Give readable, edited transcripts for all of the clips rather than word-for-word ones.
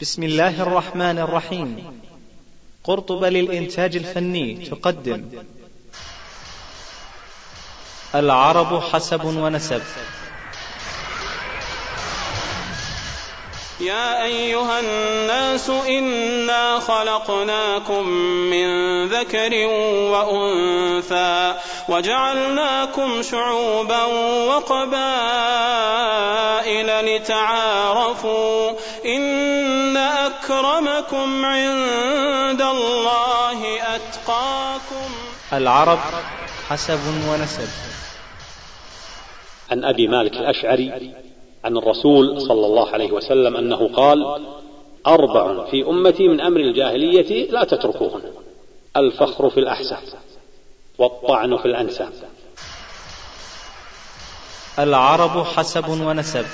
بسم الله الرحمن الرحيم. قرطبة للإنتاج الفني تقدم العرب حسب ونسب. يا أيها الناس إنا خلقناكم من ذكر وأنثى وجعلناكم شعوبا وقبائل لتعارفوا إن أكرمكم عند الله أتقاكم. العرب حسب ونسب. عن أبي مالك الأشعري عن الرسول صلى الله عليه وسلم أنه قال: 4 في أمتي من أمر الجاهلية لا تتركوهن: الفخر في الأحساب، والطعن في الأنساب. العرب حسب ونسب.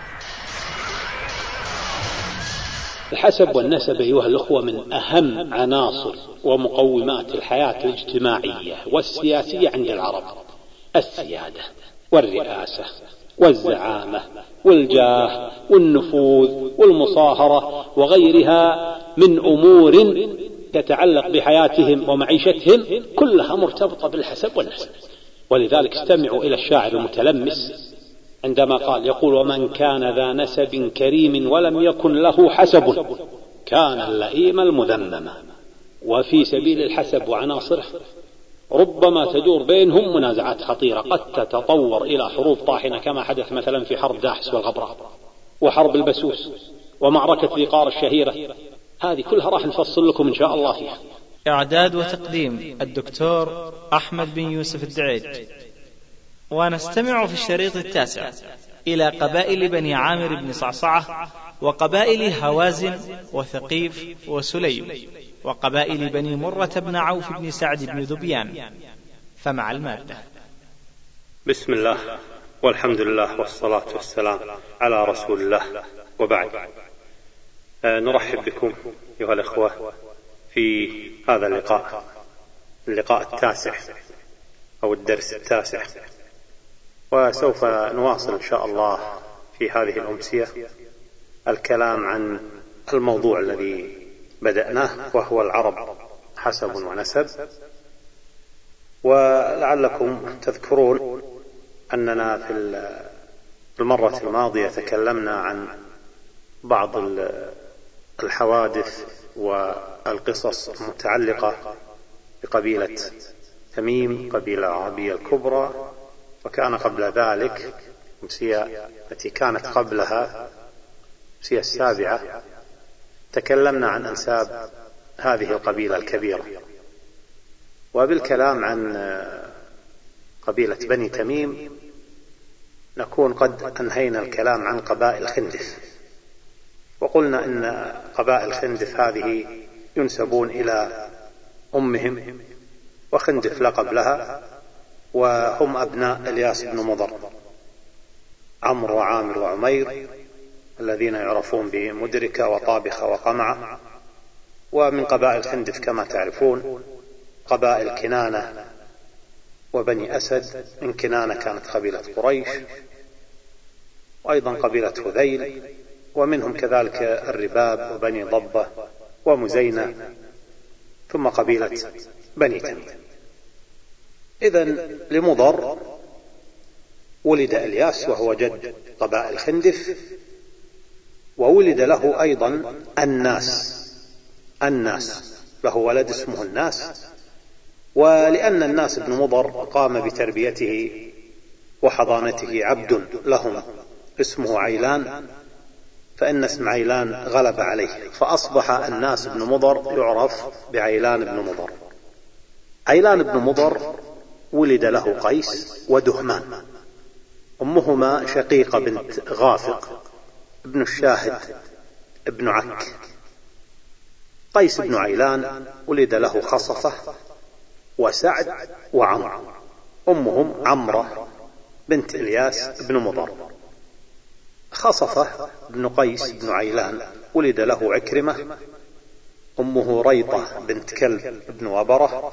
الحسب والنسب أيها الأخوة من أهم عناصر ومقومات الحياة الاجتماعية والسياسية عند العرب. السيادة والرئاسة والزعامة والجاه والنفوذ والمصاهرة وغيرها من أمور تتعلق بحياتهم ومعيشتهم كلها مرتبطة بالحسب والنسب. ولذلك استمعوا إلى الشاعر المتلمس عندما قال يقول: ومن كان ذا نسب كريم ولم يكن له حسب كان اللئيم المذمم. وفي سبيل الحسب وعناصره ربما تدور بينهم منازعات خطيرة قد تتطور إلى حروب طاحنة، كما حدث مثلا في حرب داحس والغبراء وحرب البسوس ومعركة ذي قار الشهيرة. هذه كلها راح نفصل لكم إن شاء الله فيها. إعداد وتقديم الدكتور أحمد بن يوسف الدعيج. ونستمع في الشريط 9 إلى قبائل بني عامر بن صعصعة، وقبائل هوازن وثقيف وسليم، وقبائل بني مرة بن عوف بن سعد بن ذبيان. فمع المادة. بسم الله والحمد لله والصلاة والسلام على رسول الله، وبعد. نرحب بكم أيها الأخوة في هذا اللقاء 9 أو الدرس 9، وسوف نواصل إن شاء الله في هذه الأمسية الكلام عن الموضوع الذي بدأناه، وهو العرب حسب ونسب. ولعلكم تذكرون أننا في المرة الماضية تكلمنا عن بعض الحوادث والقصص المتعلقة بقبيلة تميم، قبيلة عربية الكبرى. وكان قبل ذلك الأمسية التي كانت قبلها الأمسية 7 تكلمنا عن أنساب هذه القبيلة الكبيرة. وبالكلام عن قبيلة بني تميم نكون قد أنهينا الكلام عن قبائل خندف، وقلنا إن قبائل خندف هذه ينسبون إلى أمهم، وخندف لقب لها، وهم أبناء إلياس بن مضر، عمرو وعامر وعمير، الذين يعرفون بمدركة وطابخة وقمعة. ومن قبائل خندف كما تعرفون قبائل كنانة وبني أسد. من كنانة كانت قبيلة قريش، وأيضا قبيلة هذيل، ومنهم كذلك الرباب وبني ضبة ومزينة، ثم قبيلة بني تميم. إذن لمضر ولد إلياس وهو جد قبائل خندف، وولد له أيضا الناس له ولد اسمه الناس. ولأن الناس بن مضر قام بتربيته وحضانته عبد لهم اسمه عيلان، فإن اسم عيلان غلب عليه، فأصبح الناس بن مضر يعرف بعيلان بن مضر. عيلان بن مضر ولد له قيس ودهمان، أمهما شقيقة بنت غافق ابن الشاهد ابن عك. قيس بن عيلان ولد له خصفة وسعد وعمر، أمهم عمرة بنت إلياس بن مضر. خصفة بن قيس بن عيلان ولد له عكرمة، أمه ريطة بنت كلب بن وبرة.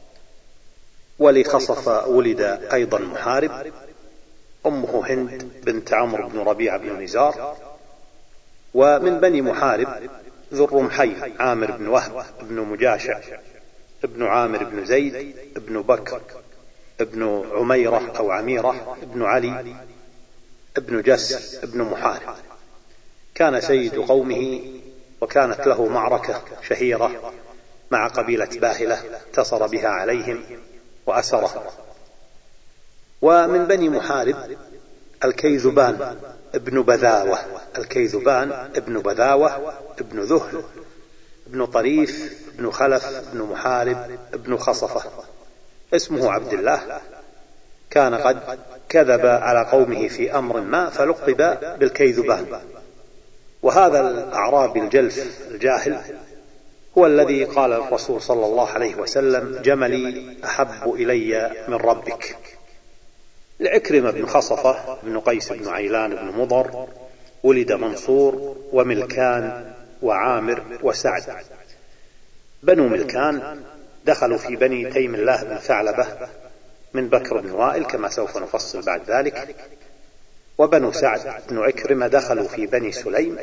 ولخصفة ولد أيضا محارب، أمه هند بنت عمرو بن ربيعة بن نزار. ومن بني محارب ذو الرمحين عامر بن وهب بن مجاشع ابن عامر بن زيد ابن بكر ابن عميرة أو عميرة ابن علي ابن جس ابن محارب. كان سيد قومه، وكانت له معركة شهيرة مع قبيلة باهلة انتصر بها عليهم وأسره. ومن بني محارب الكيذبان ابن بذاوة، الكيذبان ابن بذاوة ابن ذهل ابن طريف ابن خلف ابن محارب ابن خصفة، اسمه عبد الله. كان قد كذب على قومه في أمر ما فلقب بالكيذبان. وهذا الأعرابي الجلف الجاهل هو الذي قال الرسول صلى الله عليه وسلم: جملي أحب إلي من ربك. لعكرمة بن خصفة بن قيس بن عيلان بن مضر ولد منصور وملكان وعامر وسعد. بنو ملكان دخلوا في بني تيم الله بن ثعلبة من بكر بن وائل كما سوف نفصل بعد ذلك. وبنو سعد بن عكرمة دخلوا في بني سليم.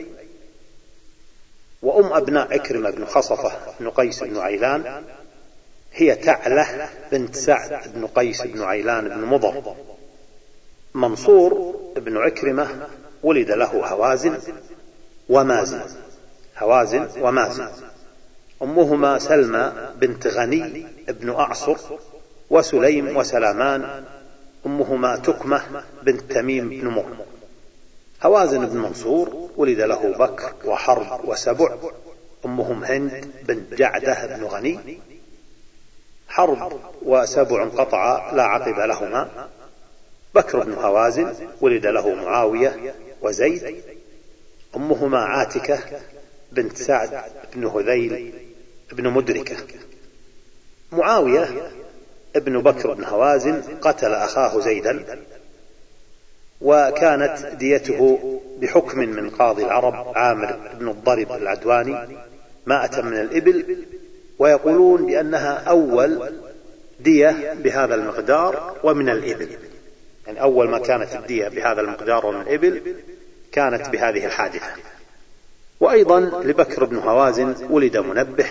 وأم أبناء عكرمة بن خصفة بن قيس بن عيلان هي تعلة بنت سعد بن قيس بن عيلان بن مضر. منصور بن عكرمة ولد له هوازن ومازن، هوازن ومازن. أمهما سلمى بنت غني بن أعصر، وسليم وسلامان أمهما تكمة بنت تميم بن مر. هوازن بن منصور ولد له بكر وحرب وسبع، أمهم هند بنت جعدة بن غني. حرب وسبع انقطعا لا عقب لهما. بكر بن هوازن ولد له معاوية وزيد، أمهما عاتكة بنت سعد بن هذيل بن مدركة. معاوية ابن بكر بن هوازن قتل أخاه زيدا، وكانت ديته بحكم من قاضي العرب عامر بن الضرب العدواني 100 من الإبل، ويقولون بأنها أول دية بهذا المقدار ومن الإبل، يعني أول ما كانت الدية بهذا المقدار ومن الإبل كانت بهذه الحادثة. وأيضا لبكر بن هوازن ولد منبه،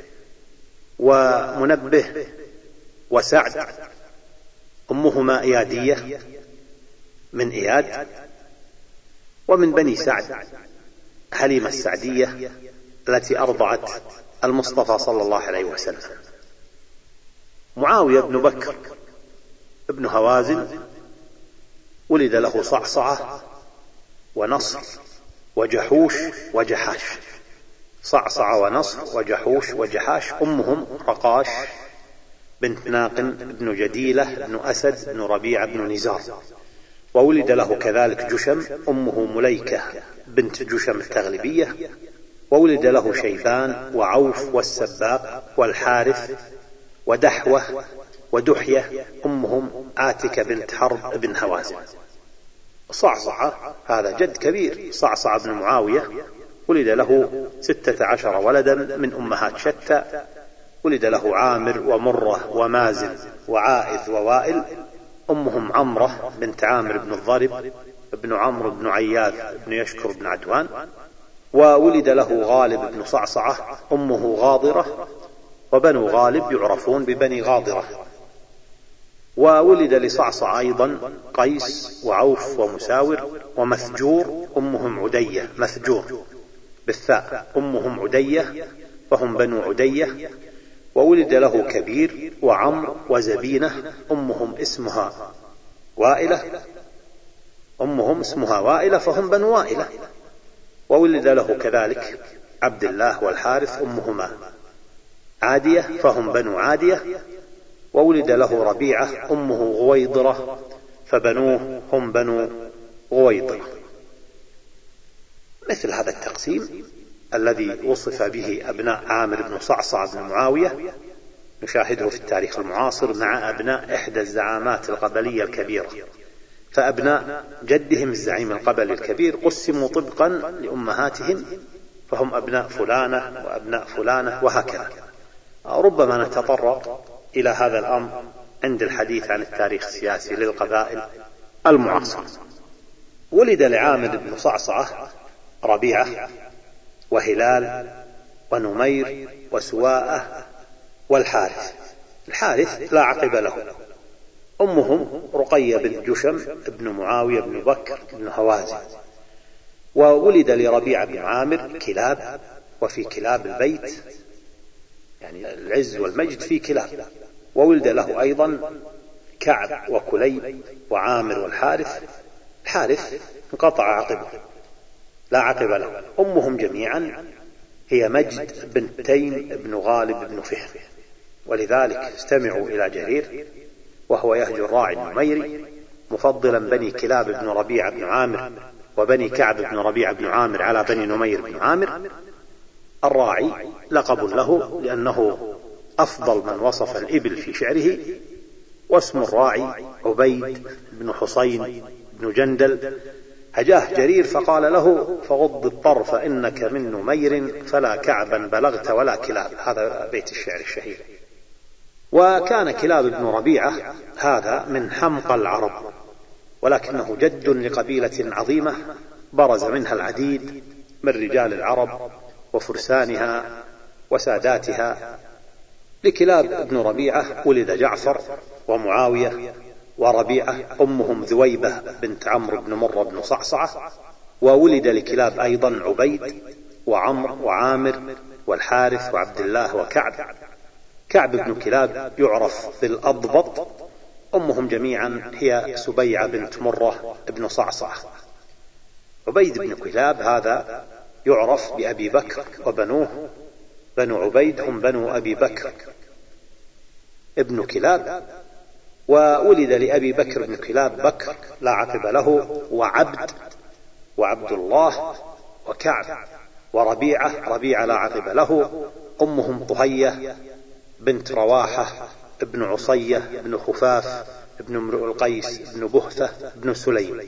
ومنبه وسعد أمهما إيادية من إياد. ومن بني سعد حليمة السعدية التي أرضعت المصطفى صلى الله عليه وسلم. معاوية بن بكر ابن هوازن ولد له صعصعة ونصر وجحوش وجحاش. صعصعة ونصر وجحوش وجحاش. أمهم رقاش بنت ناقن بن جديلة بن أسد بن ربيعة بن نزار. وولد له كذلك جشم، أمه مليكة بنت جشم التغلبية. وولد له شيبان وعوف والسباق والحارث ودحوة ودحية، أمهم عاتكة بنت حرب بن هوازن. صعصعة هذا جد كبير، صعصعة بن معاوية ولد له 16 ولدا من أمهات شتى. ولد له عامر ومرة ومازن وعائذ ووائل، أمهم عمرة بنت عامر بن الضرب بن عمرو بن عياذ بن يشكر بن عدوان. وولد له غالب بن صعصعة، أمه غاضرة، وبنو غالب يعرفون ببني غاضرة. وولد لصعصع أيضا قيس وعوف ومساور ومثجور، أمهم عدية، مثجور بالثاء، أمهم عدية فهم بنو عدية. وولد له كبير وعمر وزبينة، أمهم اسمها وائلة، أمهم اسمها وائلة فهم بنو وائلة. وولد له كذلك عبد الله والحارث، أمهما عادية فهم بنو عادية. وولد له ربيعة، أمه غويضرة فبنوه هم بنو غويضرة. مثل هذا التقسيم الذي وصف به أبناء عامر بن صعصع بن معاوية نشاهده في التاريخ المعاصر مع أبناء إحدى الزعامات القبلية الكبيرة. فأبناء جدهم الزعيم القبلي الكبير قسموا طبقا لأمهاتهم، فهم أبناء فلانة وأبناء فلانة وهكذا. ربما نتطرق إلى هذا الأمر عند الحديث عن التاريخ السياسي للقبائل المعاصرة. ولد لعامر بن صعصعة ربيعة وهلال ونمير وسواءة والحارث. الحارث لا عقب له. أمهم رقية بن جشم ابن معاوية بن بكر بن هوازن. وولد لربيعة بن عامر كلاب، وفي كلاب البيت يعني العز والمجد في كلاب. وولد له أيضا كعب وكليب وعامر والحارث. الحارث انقطع عقبه لا عقب له. أمهم جميعا هي مجد بن تيم بن غالب بن فهر. ولذلك استمعوا إلى جرير وهو يهجو الراعي النميري مفضلا بني كلاب بن ربيعة بن عامر وبني كعب بن ربيعة بن عامر على بني نمير بن عامر. الراعي لقب له لأنه أفضل من وصف الإبل في شعره. واسم الراعي عبيد بن حصين بن جندل. هجاه جرير فقال له فغض الطرف إنك من نمير فلا كعبا بلغت ولا كلاب. هذا بيت الشعر الشهير. وكان كلاب بن ربيعة هذا من حمقى العرب، ولكنه جد لقبيلة عظيمة برز منها العديد من رجال العرب وفرسانها وساداتها. لكلاب بن ربيعة ولد جعفر ومعاوية وربيعة. أمهم ذويبة بنت عمرو بن مرة بن صعصعة. وولد لكلاب أيضا عبيد وعمر وعامر والحارث وعبد الله وكعب. كعب بن كلاب يعرف بالأضبط. أمهم جميعا هي سبيعة بنت مرة بن صعصعة. عبيد بن كلاب هذا يعرف بأبي بكر، وبنوه بنو عبيد هم بنو أبي بكر ابن كلاب. وولد لأبي بكر بن كلاب بكر لا عقب له، وعبد وعبد الله وكعب وربيعة لا عقب له. أمهم طهية بنت رواحة ابن عصية ابن خفاف ابن امرؤ القيس ابن بهثة ابن سليم.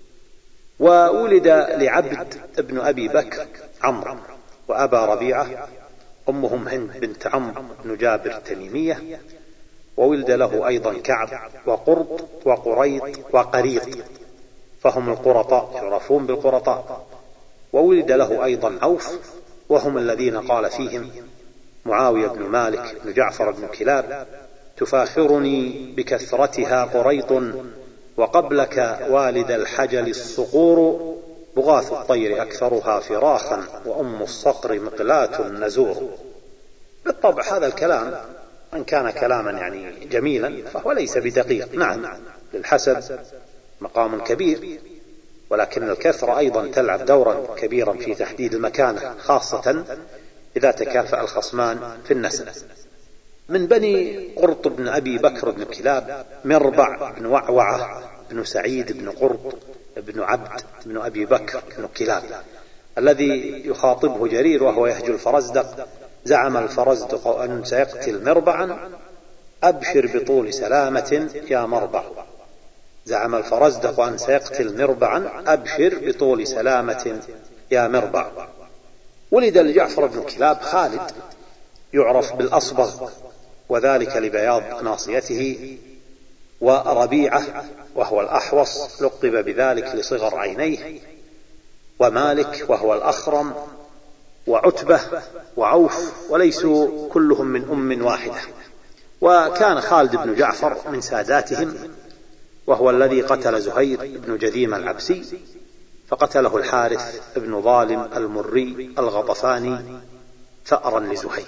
وولد لعبد ابن أبي بكر عمرو وأبا ربيعة. أمهم هند بنت عمرو بن جابر التميمية. وولد له أيضا كعب وقرط وقريط وقريط، فهم القرطاء يعرفون بالقرطاء. وولد له أيضا عوف، وهم الذين قال فيهم معاوية بن مالك بن جعفر بن كلاب تفاخرني بكثرتها قريط، وقبلك والد الحجل الصقور، بغاث الطير أكثرها فراخا، وأم الصقر مقلاة النزور. بالطبع هذا الكلام إن كان كلاما يعني جميلا فهو ليس بدقيق. نعم للحسد مقام كبير، ولكن الكثرة أيضا تلعب دورا كبيرا في تحديد المكانة، خاصة إذا تكافأ الخصمان في النسب. من بني قرط بن أبي بكر بن كلاب مربع بن وعوعة بن سعيد بن قرط بن عبد بن أبي بكر بن كلاب الذي يخاطبه جرير وهو يهجو الفرزدق. زعم الفرزدق أن سيقتل مربعا، أبشر بطول سلامة يا مربع. زعم الفرزدق أن سيقتل مربعا، أبشر بطول سلامة يا مربع. ولد لجعفر بن كلاب خالد يعرف بالأصبغ، وذلك لبياض ناصيته. وربيعة وهو الأحوص لقب بذلك لصغر عينيه. ومالك وهو الأخرم، وعتبة وعوف، وليسوا كلهم من أم واحدة. وكان خالد بن جعفر من ساداتهم، وهو الذي قتل زهير بن جذيم العبسي، فقتله الحارث بن ظالم المري الغطفاني ثأرا لزهير.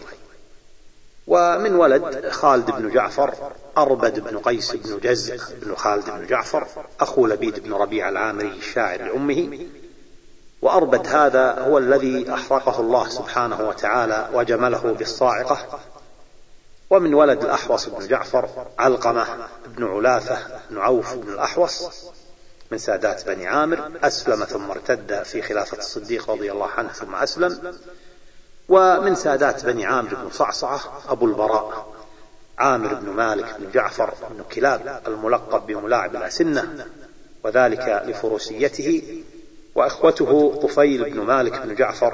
ومن ولد خالد بن جعفر أربد بن قيس بن جزء بن خالد بن جعفر أخو لبيد بن ربيع العامري الشاعر لأمه. وأربد هذا هو الذي أحرقه الله سبحانه وتعالى وجمله بالصاعقة. ومن ولد الأحوص بن جعفر علقمة بن علاثة بن عوف بن الأحوص من سادات بني عامر، أسلم ثم ارتد في خلافة الصديق رضي الله عنه ثم أسلم. ومن سادات بني عامر بن صعصعة أبو البراء عامر بن مالك بن جعفر بن كلاب الملقب بملاعب الأسنة، وذلك لفروسيته. وأخوته طفيل بن مالك بن جعفر،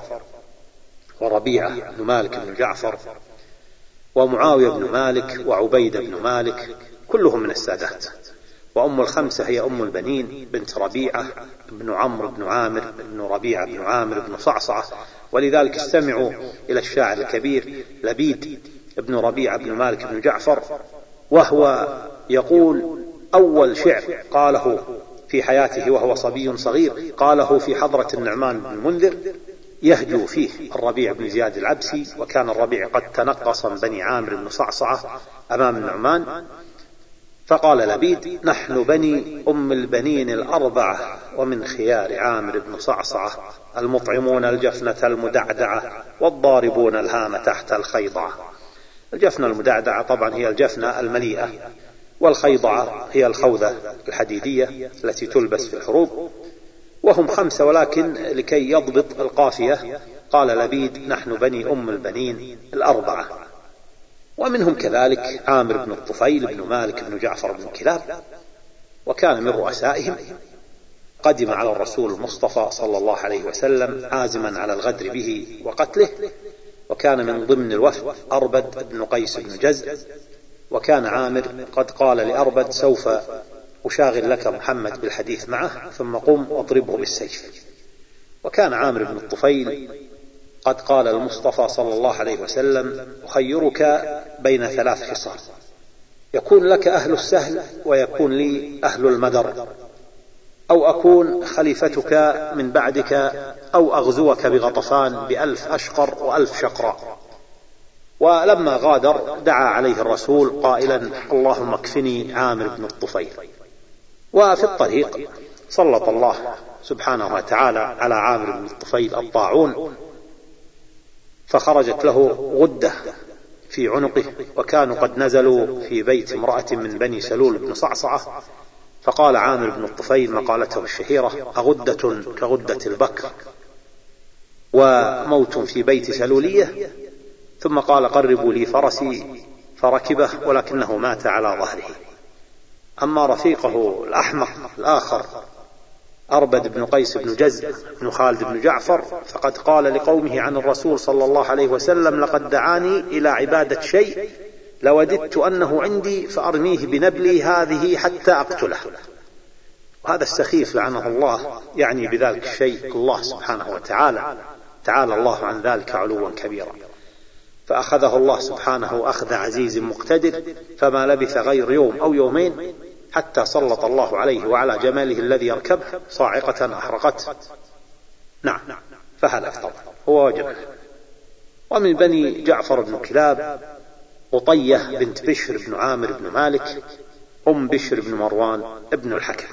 وربيعة بن مالك بن جعفر، ومعاوية بن مالك، وعبيدة بن مالك، كلهم من السادات. وأم الخمسة هي أم البنين بنت ربيعة بن عمرو بن عامر بن ربيعة بن عامر بن صعصعة ولذلك استمعوا إلى الشاعر الكبير لبيد بن ربيعة بن مالك بن جعفر، وهو يقول أول شعر قاله في حياته وهو صبي صغير، قاله في حضرة النعمان بن المنذر يهجو فيه الربيع بن زياد العبسي، وكان الربيع قد تنقص من بني عامر بن صعصعة أمام النعمان، فقال لبيد: نحن بني أم البنين الأربعة، ومن خيار عامر بن صعصعة المطعمون الجفنة المدعدعة والضاربون الهام تحت الخيضعة. الجفنة المدعدعة طبعا هي الجفنة المليئة، والخيضعة هي الخوذة الحديدية التي تلبس في الحروب، وهم 5، ولكن لكي يضبط القافية قال لبيد: نحن بني أم البنين الأربعة. ومنهم كذلك عامر بن الطفيل بن مالك بن جعفر بن كلاب، وكان من رؤسائهم، قدم على الرسول المصطفى صلى الله عليه وسلم عازما على الغدر به وقتله، وكان من ضمن الوفد أربد بن قيس بن جزء، وكان عامر قد قال لأربد: سوف أشاغل لك محمد بالحديث معه ثم قم واضربه بالسيف. وكان عامر بن الطفيل قد قال للمصطفى صلى الله عليه وسلم: أخيرك بين 3 خصال، يكون لك أهل السهل ويكون لي أهل المدر، أو أكون خليفتك من بعدك، أو أغزوك بغطفان ب1000 أشقر و1000 شقراء. ولما غادر دعا عليه الرسول قائلا: اللهم اكفني عامر بن الطفيل. وفي الطريق سلط الله سبحانه وتعالى على عامر بن الطفيل الطاعون، فخرجت له غدة في عنقه، وكانوا قد نزلوا في بيت امرأة من بني سلول بن صعصعة، فقال عامر بن الطفيل مقالته الشهيرة: أغدة كغدة البكر وموت في بيت سلولية. ثم قال: قربوا لي فرسي، فركبه ولكنه مات على ظهره. أما رفيقه الأحمق الآخر أربد بن قيس بن جزء بن خالد بن جعفر، فقد قال لقومه عن الرسول صلى الله عليه وسلم: لقد دعاني إلى عبادة شيء لوددت أنه عندي فأرميه بنبلي هذه حتى أقتله. وهذا السخيف لعنه الله يعني بذلك الشيء الله سبحانه وتعالى، تعالى الله عن ذلك علوا كبيرا. فأخذه الله سبحانه أخذ عزيز مقتدر، فما لبث غير يوم أو يومين حتى سلط الله عليه وعلى جماله الذي يركبه صاعقة أحرقته، نعم، فهلك طبعا هو وجمله. ومن بني جعفر بن كلاب قطية بنت بشر بن عامر بن مالك أم بشر بن مروان ابن الحكم.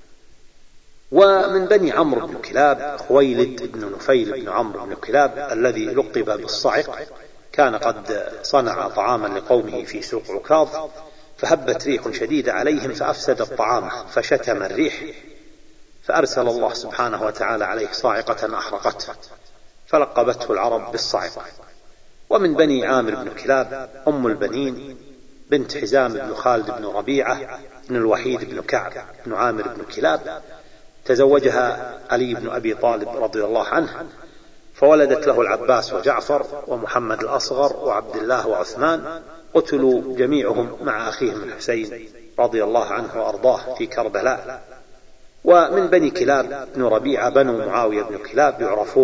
ومن بني عمرو بن كلاب خويلد بن نفيل بن عمرو بن كلاب الذي لقب بالصعق، كان قد صنع طعاما لقومه في سوق عكاظ، فهبت ريح شديدة عليهم فأفسدت طعامه، فشتم الريح، فأرسل الله سبحانه وتعالى عليه صاعقة أحرقته، فلقبته العرب بالصعقة. ومن بني عامر بن كلاب أم البنين بنت حزام بن خالد بن ربيعة بن الوحيد بن كعب بن عامر بن كلاب، تزوجها علي بن أبي طالب رضي الله عنه، فولدت له العباس وجعفر ومحمد الأصغر وعبد الله وعثمان، قتلوا جميعهم مع أخيهم الحسين رضي الله عنه وأرضاه في كربلاء. ومن بني كلاب بن ربيعة بنو معاوية بن كلاب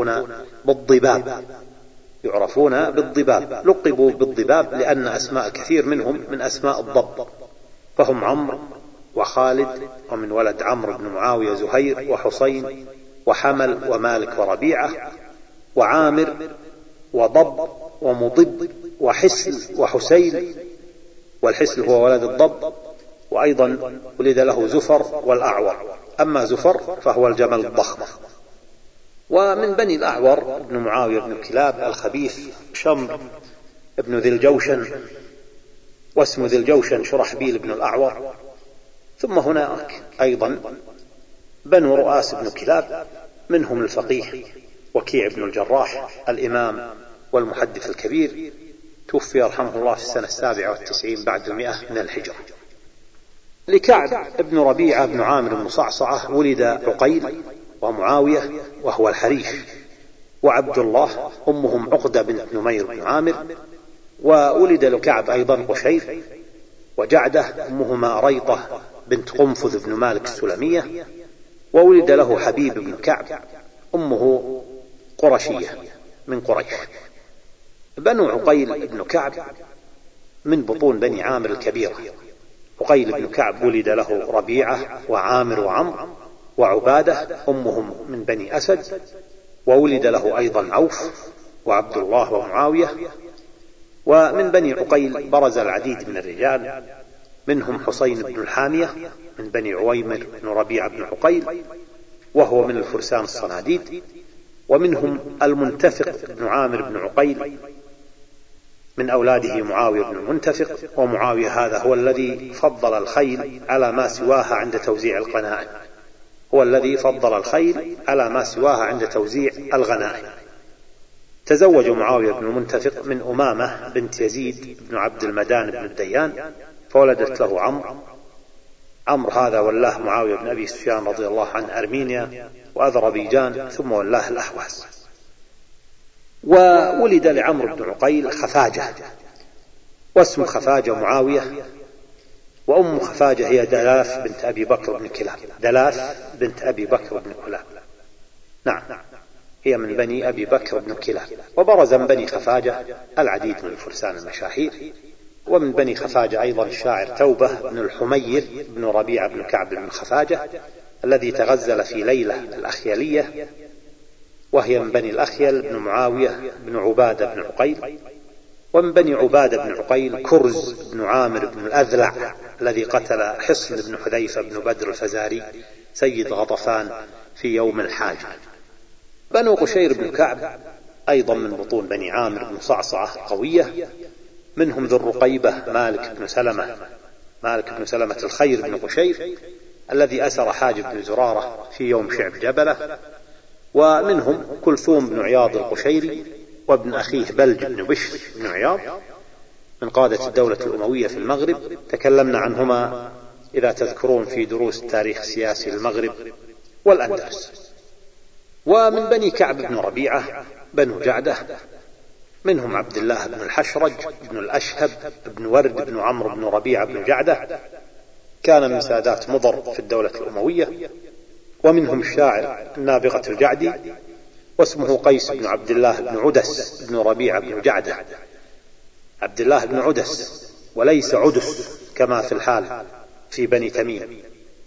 يعرفون بالضباب، لقبوا بالضباب لأن أسماء كثير منهم من أسماء الضب، فهم عمرو وخالد، ومن ولد عمرو بن معاوية زهير وحسين وحمل ومالك وربيعة وعامر وضب ومضب وحسل وحسين، والحسل هو ولد الضب، وأيضا ولد له زفر والأعور، أما زفر فهو الجمل الضخم. ومن بني الأعور بن معاوية بن كلاب الخبيث شمر بن ذي الجوشن، واسم ذي الجوشن شرحبيل بن الأعور. ثم هناك أيضا بنو رؤاس بن كلاب، منهم الفقيه وكيع بن الجراح الإمام والمحدث الكبير، توفي رحمه الله في السنة 97 بعد 100 من الهجرة. لكعب بن ربيعة بن عامر بن صعصعة ولد عقيل ومعاوية وهو الحريش وعبد الله، أمهم عقدة بنت نمير بن عامر. وولد لكعب أيضا قشير وجعدة، أمهما ريطة بنت قنفذ بن مالك السلمية. وولد له حبيب بن كعب، أمه قرشية. من قريش. بنو عقيل بن كعب من بطون بني عامر الكبيرة. عقيل بن كعب ولد له ربيعة وعامر وعمر وعبادة أمهم من بني أسد، وولد له أيضا عوف وعبد الله ومعاوية. ومن بني عقيل برز العديد من الرجال، منهم حسين بن الحامية من بني عويمر بن ربيعة بن عقيل، وهو من الفرسان الصناديد. ومنهم المنتفق بن عامر بن عقيل من أولاده معاوية بن المنتفق، ومعاوية هذا هو الذي فضل الخيل على ما سواها عند توزيع الغنائم، هو الذي فضل الخيل على ما سواها عند توزيع الغنائم. تزوج معاوية بن المنتفق من أمامة بنت يزيد بن عبد المدان بن الديان، فولدت له عمرو هذا ولاه معاوية بن أبي سفيان رضي الله عنه أرمينيا وأذربيجان، ثم ولاه الأحواز. وولد لعمرو بن عقيل خفاجة، واسم خفاجة معاوية، وأم خفاجة هي دلاث بنت أبي بكر بن كلاب. دلاث بنت أبي بكر بن كلاب، نعم، هي من بني أبي بكر بن كلاب. وبرز من بني خفاجة العديد من الفرسان المشاهير. ومن بني خفاجة أيضا الشاعر توبة بن الحمير بن ربيعة بن كعب بن خفاجة الذي تغزل في ليلة الأخيلية، وهي من بني الأخيل بن معاوية بن عبادة بن عقيل. ومن بني عبادة بن عقيل كرز بن عامر بن الأذلع الذي قتل حصن بن حذيفة بن بدر الفزاري سيد غطفان في يوم الحاج. بنو قشير بن كعب أيضا من بطون بني عامر بن صعصعة قوية، منهم ذو الرقيبة مالك بن سلمة الخير بن قشير الذي أسر حاجب بن زرارة في يوم شعب جبلة. ومنهم كلثوم بن عياض القشيري وابن أخيه بلج بن بشر بن عياض من قادة الدولة الأموية في المغرب، تكلمنا عنهما إذا تذكرون في دروس التاريخ السياسي للمغرب والأندلس. ومن بني كعب بن ربيعة بنو جعدة، منهم عبد الله بن الحشرج بن الأشهب بن ورد بن عمرو بن ربيعة بن جعدة، كان من سادات مضر في الدولة الأموية. ومنهم الشاعر النابغة الجعدي، واسمه قيس بن عبد الله بن عدس بن ربيعة بن جعدة. عبد الله بن عدس وليس عدس كما في الحال في بني تميم،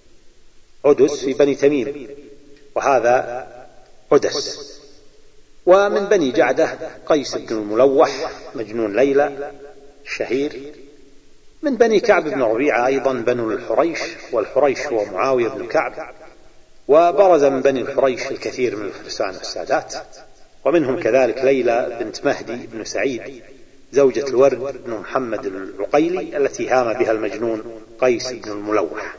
عدس في بني تميم وهذا عدس. ومن بني جعدة قيس بن الملوح مجنون ليلى الشهير. من بني كعب بن ربيعة أيضا بنو الحريش، والحريش هو معاوية بن كعب. وبرز من بني الحريش الكثير من الفرسان والسادات، ومنهم كذلك ليلى بنت مهدي بن سعيد زوجة الورد بن محمد العقيلي التي هام بها المجنون قيس بن الملوح.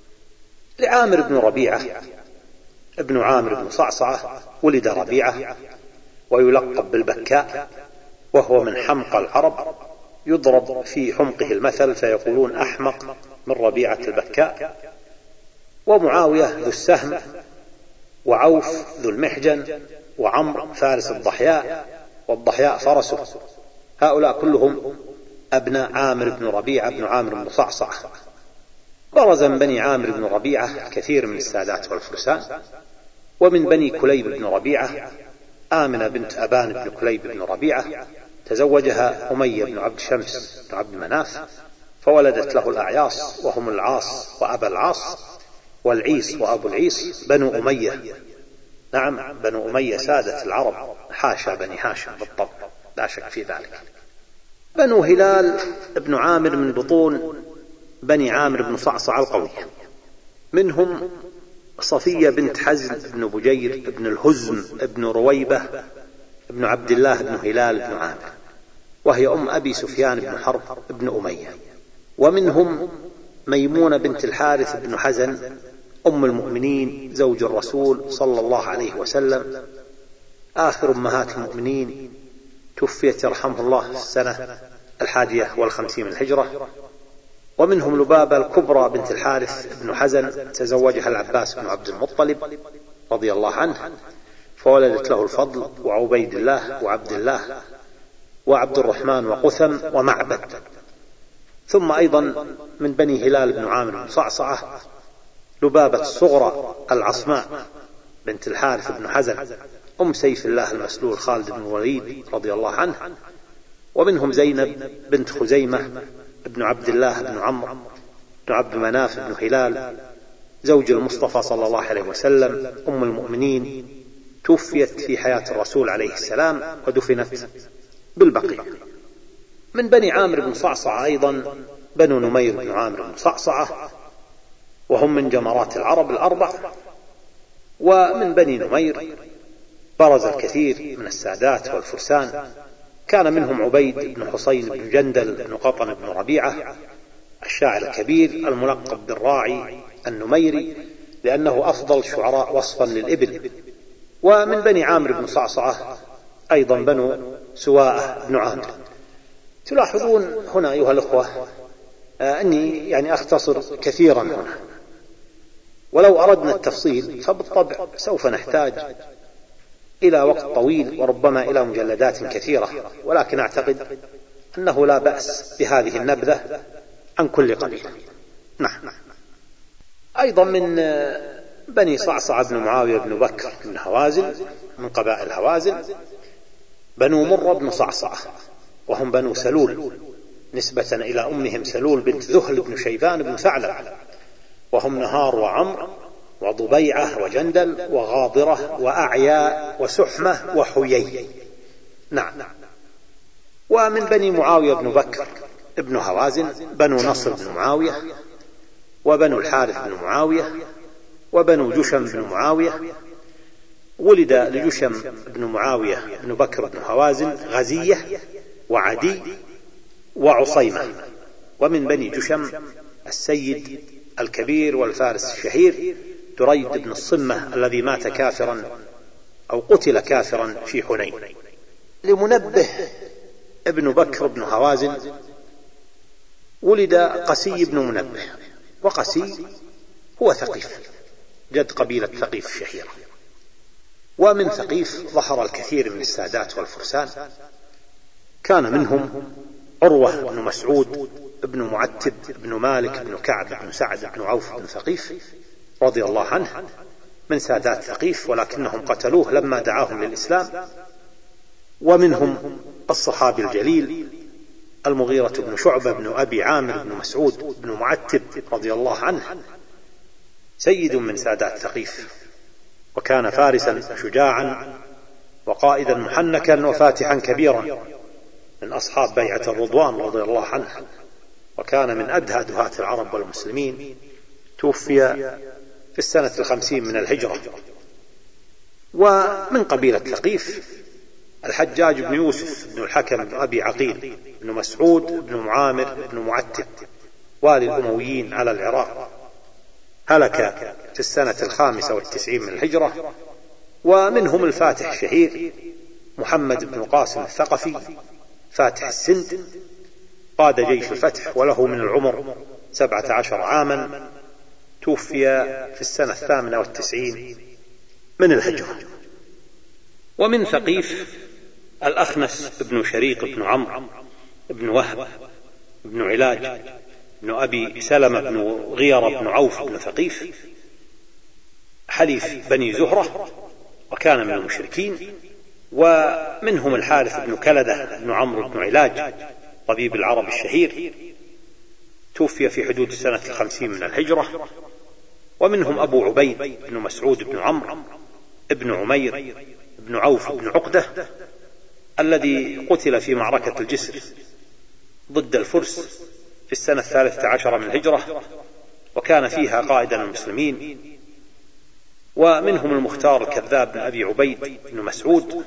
لعامر بن ربيعة ابن عامر بن صعصعة ولد ربيعة ويلقب بالبكاء، وهو من حمقى العرب، يضرب في حمقه المثل فيقولون أحمق من ربيعة البكاء. ومعاوية ذو السهم، وعوف ذو المحجن، وعمر فارس الضحياء، والضحياء فرسه، هؤلاء كلهم أبناء عامر بن ربيعة بن عامر بن صعصعة. برز من بني عامر بن ربيعة الكثير من السادات والفرسان. ومن بني كليب بن ربيعة آمنة بنت أبان بن كليب بن ربيعة، تزوجها أمية بن عبد شمس بن عبد مناف، فولدت له الأعياص وهم العاص وأبا العاص والعيس وأبو العيس بنو أمية. نعم، بنو أمية سادة العرب، حاشا بني هاشم بالضبط، لا شك في ذلك. بنو هلال ابن عامر من بطون بني عامر بن صعصع القوية، منهم صفية بنت حزن بن بجير بن الهزم بن رويبة بن عبد الله بن هلال بن عامر، وهي أم أبي سفيان بن حرب بن أمية. ومنهم ميمونة بنت الحارث بن حزن أم المؤمنين زوج الرسول صلى الله عليه وسلم، آخر أمهات المؤمنين، توفيت يرحمه الله السنة 51 من الهجرة. ومنهم لبابة الكبرى بنت الحارث بن حزن، تزوجها العباس بن عبد المطلب رضي الله عنه، فولدت له الفضل وعبيد الله وعبد الله وعبد الرحمن وقثم ومعبد. ثم أيضا من بني هلال بن عامر بن صعصعة لبابة الصغرى العصماء بنت الحارث بن حزن أم سيف الله المسلول خالد بن الوليد رضي الله عنه، ومنهم زينب بنت خزيمة ابن عبد الله بن عمرو بن عبد مناف بن هلال زوج المصطفى صلى الله عليه وسلم أم المؤمنين، توفيت في حياة الرسول عليه السلام ودفنت بالبقيع. من بني عامر بن صعصعة أيضا بنو نمير بن عامر بن صعصعة، وهم من جمرات العرب الأربع. ومن بني نمير برز الكثير من السادات والفرسان، كان منهم عبيد بن حسين بن جندل بن قطن بن ربيعة الشاعر الكبير الملقب بالراعي النميري، لأنه أفضل شعراء وصفا للإبل. ومن بني عامر بن صعصعة أيضا بنو سواء بن عامر. تلاحظون هنا أيها الأخوة أني يعني أختصر كثيرا هنا، ولو أردنا التفصيل فبالطبع سوف نحتاج إلى وقت طويل وربما إلى مجلدات كثيرة، ولكن أعتقد أنه لا بأس بهذه النبذة عن كل قبيلة. نعم. أيضا من بني صعصع بن معاوية بن بكر بن هوازن من قبائل هوازن بنو مر بن صعصعة، وهم بنو سلول نسبة إلى أمهم سلول بنت ذهل بن شيبان بن ثعلب، وهم نهار وعمر وضبيعة وجندل وغاضرة وأعياء وسحمة وحيي. نعم. ومن بني معاوية بن بكر ابن هوازن بنو نصر بن معاوية، وبنو الحارث بن معاوية، وبنو جشم بن معاوية. ولد لجشم بن معاوية بن بكر بن هوازن غزية وعدي وعصيمة. ومن بني جشم السيد الكبير والفارس الشهير دريد بن الصمة الذي مات كافرا أو قتل كافرا في حنين. لمنبه ابن بكر بن هوازن ولد قسي بن منبه، وقسي هو ثقيف جد قبيلة ثقيف الشهيرة. ومن ثقيف ظهر الكثير من السادات والفرسان، كان منهم عروة بن مسعود ابن معتب بن مالك بن كعب بن سعد بن عوف بن ثقيف رضي الله عنه، من سادات ثقيف ولكنهم قتلوه لما دعاهم للإسلام. ومنهم الصحابي الجليل المغيرة بن شعبة بن أبي عامر بن مسعود بن معتب رضي الله عنه، سيد من سادات ثقيف، وكان فارسا شجاعا وقائدا محنكا وفاتحا كبيرا من أصحاب بيعة الرضوان رضي الله عنه، وكان من أدهى دهاة العرب والمسلمين. توفي في السنة 50 من الهجرة. ومن قبيلة ثقيف الحجاج بن يوسف بن الحكم بن أبي عقيل بن مسعود بن معامر بن معتب والي الأمويين على العراق، هلك في السنة 95 من الهجرة. ومنهم الفاتح الشهير محمد بن قاسم الثقفي فاتح السند، قاد جيش الفتح وله من العمر 17 عاما، توفي في السنة 98 من الهجرة. ومن ثقيف الأخنس بن شريق بن عمرو بن وهب بن علاج بن أبي سلمة بن غير بن عوف بن ثقيف حليف بني زهرة، وكان من المشركين. ومنهم الحارث بن كلدة بن عمرو بن علاج طبيب العرب الشهير، توفي في حدود السنة 50 من الهجرة. ومنهم أبو عبيد بن مسعود بن عمرو ابن عمير بن عوف بن عقدة الذي قتل في معركة الجسر ضد الفرس في السنة 13 من الهجرة، وكان فيها قائدا المسلمين. ومنهم المختار الكذاب بن أبي عبيد بن مسعود.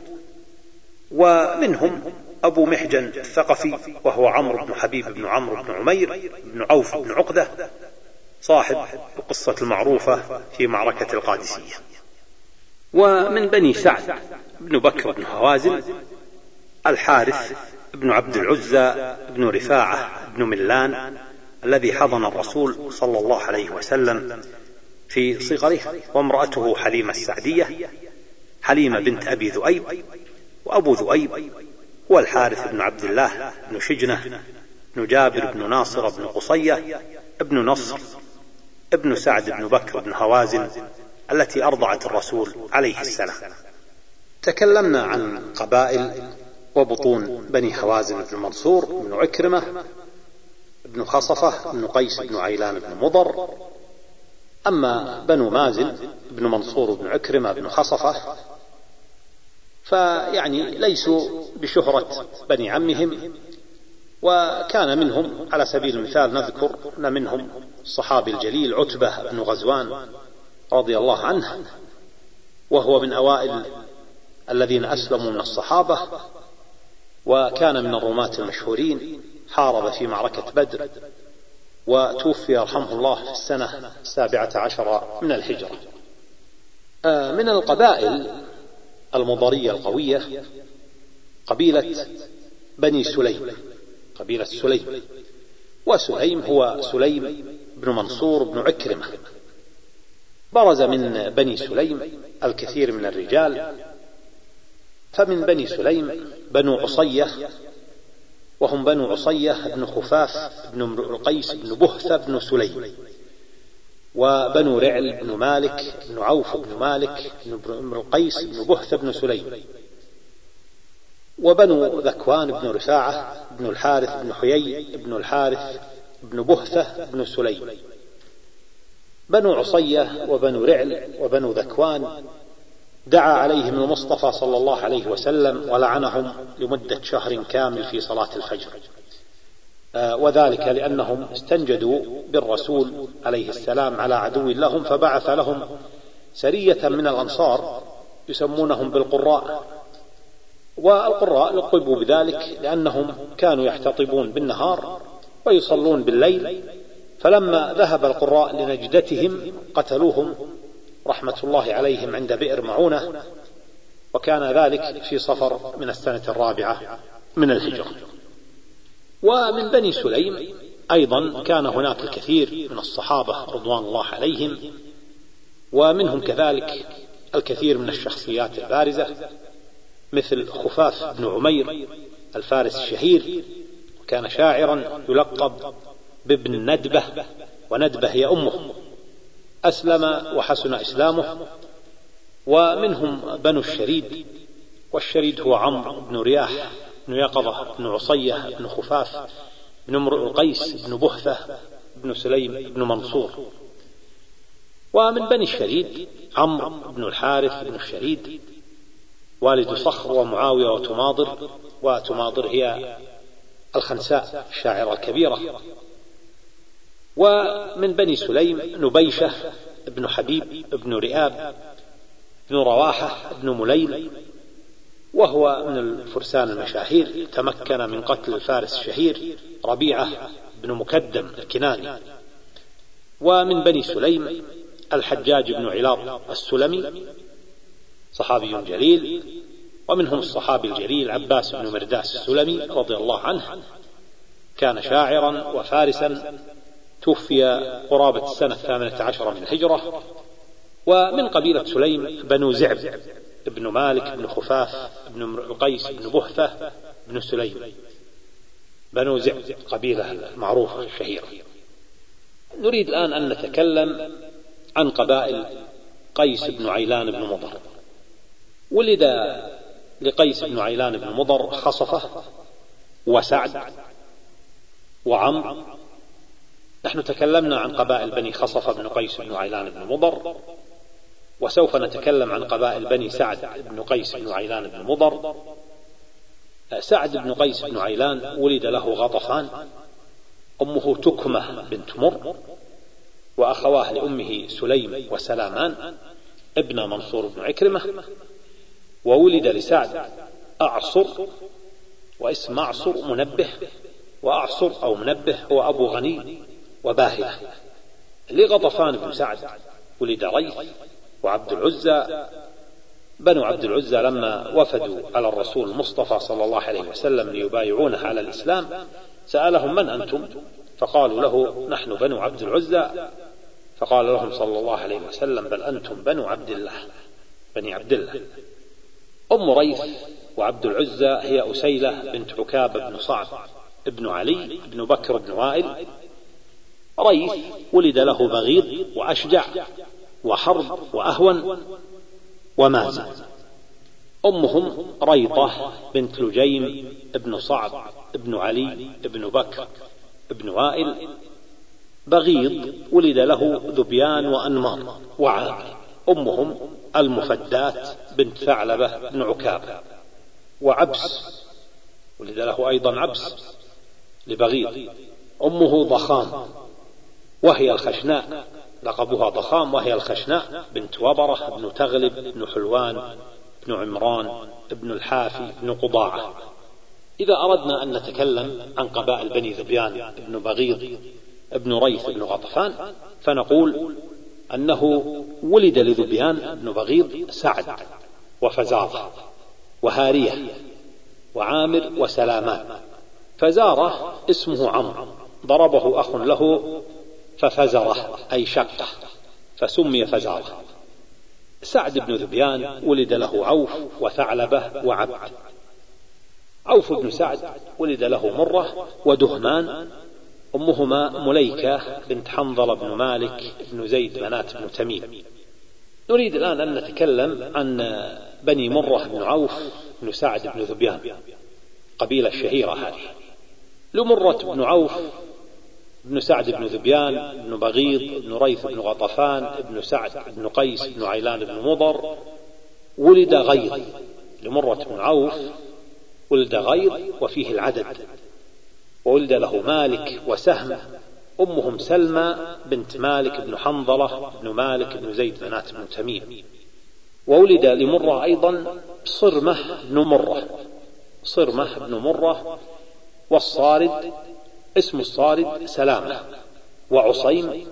ومنهم أبو محجن الثقفي وهو عمرو بن حبيب بن عمرو بن عمير بن عوف بن عقدة صاحب القصة المعروفة في معركة القادسية. ومن بني سعد بن بكر بن هوازن الحارث بن عبد العزى بن رفاعة بن ملان الذي حضن الرسول صلى الله عليه وسلم في صغره، وامرأته حليمة السعدية حليمة بنت أبي ذؤيب. وأبو ذؤيب هو الحارث بن عبد الله بن شجنة بن جابر بن ناصر بن قصية ابن نصر ابن سعد بن بكر بن هوازن التي أرضعت الرسول عليه السلام. تكلمنا عن قبائل وبطون بني حوازن بن منصور بن عكرمة بن خصفة بن قيس بن عيلان بن مضر. أما بنو مازن بن منصور بن عكرمة بن خصفة فيعني ليسوا بشهرة بني عمهم، وكان منهم على سبيل المثال نذكر منهم الصحابي الجليل عتبة بن غزوان رضي الله عنه، وهو من أوائل الذين أسلموا من الصحابة، وكان من الرماة المشهورين، حارب في معركة بدر، وتوفي رحمه الله في السنة 17 من الهجرة. من القبائل المضرية القوية قبيلة بني سليم، قبيلة سليم، وسليم هو سليم بن منصور بن عكرمة. برز من بني سليم الكثير من الرجال، فمن بني سليم بنو عصية، وهم بنو عصية بن خفاف بن امرؤ القيس بن بهثة بن سليم، وبنو رعل بن مالك بن عوف بن مالك بن امرؤ القيس بن بهثة بن سليم، وبنو ذكوان بن رفاعة بن الحارث بن حيي بن الحارث بن بهثة بن سليم. بنو عصية وبنو رعل وبنو ذكوان دعا عليهم المصطفى صلى الله عليه وسلم ولعنهم لمدة شهر كامل في صلاة الفجر، وذلك لأنهم استنجدوا بالرسول عليه السلام على عدو لهم، فبعث لهم سرية من الأنصار يسمونهم بالقراء، والقراء لقبوا بذلك لأنهم كانوا يحتطبون بالنهار ويصلون بالليل، فلما ذهب القراء لنجدتهم قتلوهم رحمة الله عليهم عند بئر معونة، وكان ذلك في صفر من السنة 4 من الهجرة. ومن بني سليم أيضا كان هناك الكثير من الصحابة رضوان الله عليهم، ومنهم كذلك الكثير من الشخصيات البارزة مثل خفاف بن عمير الفارس الشهير، وكان شاعرا يلقب بابن ندبة، وندبة هي أمه، أسلم وحسن إسلامه. ومنهم بنو الشريد، والشريد هو عمرو بن رياح بن يقظة بن عصية بن خفاف بن امرؤ القيس بن بهثة بن سليم بن منصور. ومن بني الشريد عمرو بن الحارث بن الشريد والد صخر ومعاوية وتماضر، وتماضر هي الخنساء الشاعرة الكبيرة. ومن بني سليم نبيشة بن حبيب بن رئاب بن رواحة بن مليل، وهو من الفرسان المشاهير، تمكن من قتل الفارس الشهير ربيعة بن مكدم الكناني. ومن بني سليم الحجاج بن علاط السلمي صحابي جليل، ومنهم الصحابي الجليل عباس بن مرداس السلمي رضي الله عنه، كان شاعرا وفارسا، توفي قرابة السنة 18 من الهجرة. ومن قبيلة سليم بنو زعب ابن مالك بن خفاف بن امرؤ القيس بن بهثة بن سليم، بنو زعب قبيلة المعروفة الشهيرة. نريد الآن أن نتكلم عن قبائل قيس بن عيلان بن مضر. ولد لقيس بن عيلان بن مضر خصفة وسعد وعمر. نحن تكلمنا عن قبائل بني خصفة بن قيس بن عيلان بن مضر، وسوف نتكلم عن قبائل بني سعد بن قيس بن عيلان بن مضر. سعد بن قيس بن عيلان ولد له غطفان، أمه تكمة بنت مر، وأخواه لأمه سليم وسلامان ابن منصور بن عكرمة. وولد لسعد أعصر، واسم أعصر منبه، وأعصر أو منبه هو أبو غني وباهلة. لغطفان بن سعد ولد ريث وعبد العزى. بنو عبد العزى لما وفدوا على الرسول المصطفى صلى الله عليه وسلم ليبايعونه على الإسلام سألهم من أنتم؟ فقالوا له نحن بنو عبد العزى. فقال لهم صلى الله عليه وسلم بل أنتم بنو عبد الله، بني عبد الله. أم ريث وعبد العزى هي أسيلة بنت عكاب بن صعب ابن علي بن بكر بن وائل. ريث ولد له بغيض وأشجع وحرب وأهون ومازن. أمهم ريطة بنت لجيم ابن صعب ابن علي ابن بكر ابن وائل. بغيض ولد له ذبيان وأنمار وعامر. أمهم المفدات بنت ثعلبة بن عكابة. وعبس ولد له أيضا عبس لبغيض. أمه ضخام وهي الخشناء، لقبها ضخام وهي الخشناء بنت وبرة بن تغلب بن حلوان بن عمران بن الحافي بن قضاعة. إذا أردنا أن نتكلم عن قبائل بني ذبيان بن بغيض ابن ريث بن غطفان فنقول أنه ولد لذبيان بن بغيض سعد وفزارة وهارية وعامر وسلامان. فزارة اسمه عمرو، ضربه أخ له ففزره أي شقه فسمي فزارة. سعد بن ذبيان ولد له عوف وثعلبة وعبد. عوف بن سعد ولد له مرة ودهمان. أمهما مليكة بنت حنظلة بن مالك بن زيد بنات بن تميم. نريد الآن أن نتكلم عن بني مرة بن عوف بن سعد بن ذبيان، قبيلة الشهيرة هذه. لمرة بن عوف بن سعد بن ذبيان بن بغيض بن ريث بن غطفان بن سعد بن قيس بن عيلان بن مضر ولد غيض. لمرة بن عوف ولد غيض وفيه العدد. وولد له مالك وسهم. أمهم سلمى بنت مالك بن حنظلة بن مالك بن زيد بنات بن تميم. وولد لمرة أيضا صرمة بن مرة. صرمة بن مرة. والصارد اسم الصارد سلامة وعصيم.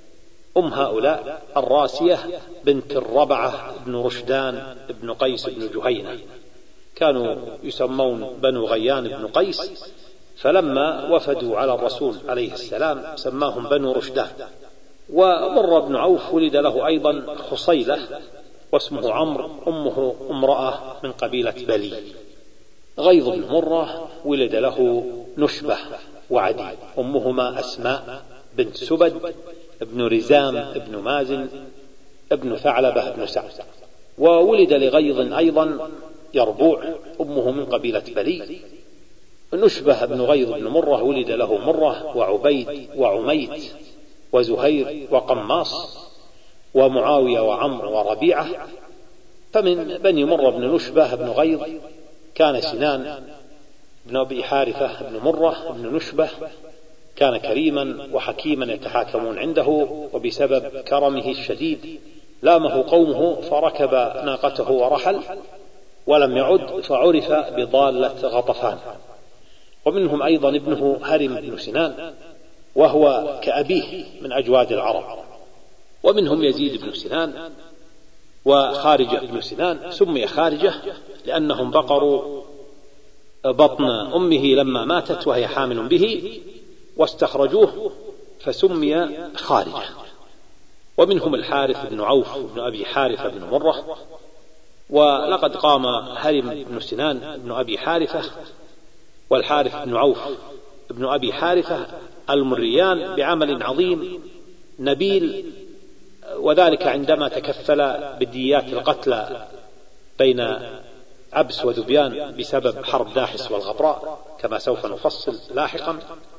هؤلاء الراسية بنت الربعة بن رشدان بن قيس بن جهينة. كانوا يسمون بنو غيان بن قيس، فلما وفدوا على الرسول عليه السلام سماهم بنو رشدان. ومر بن عوف ولد له أيضا خصيلة واسمه عمرو. أمه امرأة من قبيلة بلي. غيظ بن مرة ولد له نشبة وعدي. أمهما أسماء بنت سبد ابن رزام ابن مازن ابن ثعلبة ابن سعد. وولد لغيظ أيضا يربوع. أمه من قبيلة بلي. نشبة بن غيظ بن مرة ولد له مرة وعبيد وعميت وزهير وقماص ومعاوية وعمر وربيعة. فمن بني مرة بن نشبة بن غيظ كان سنان بن أبي حارثة بن مرة بن نشبة. كان كريما وحكيما يتحاكمون عنده، وبسبب كرمه الشديد لامه قومه فركب ناقته ورحل ولم يعد، فعرف بضالة غطفان. ومنهم أيضا ابنه هرم بن سنان وهو كأبيه من أجواد العرب. ومنهم يزيد بن سنان وخارجة بن سنان. سمي خارجة لأنهم بقروا بطن أمه لما ماتت وهي حامل به واستخرجوه فسمي خارجة. ومنهم الحارث بن عوف بن أبي حارثة بن مرة. ولقد قام هرم بن سنان بن أبي حارثة والحارث بن عوف بن أبي حارثة المريان بعمل عظيم نبيل، وذلك عندما تكفل بديات القتلى بين عبس وذبيان بسبب حرب داحس والغبراء كما سوف نفصل لاحقا.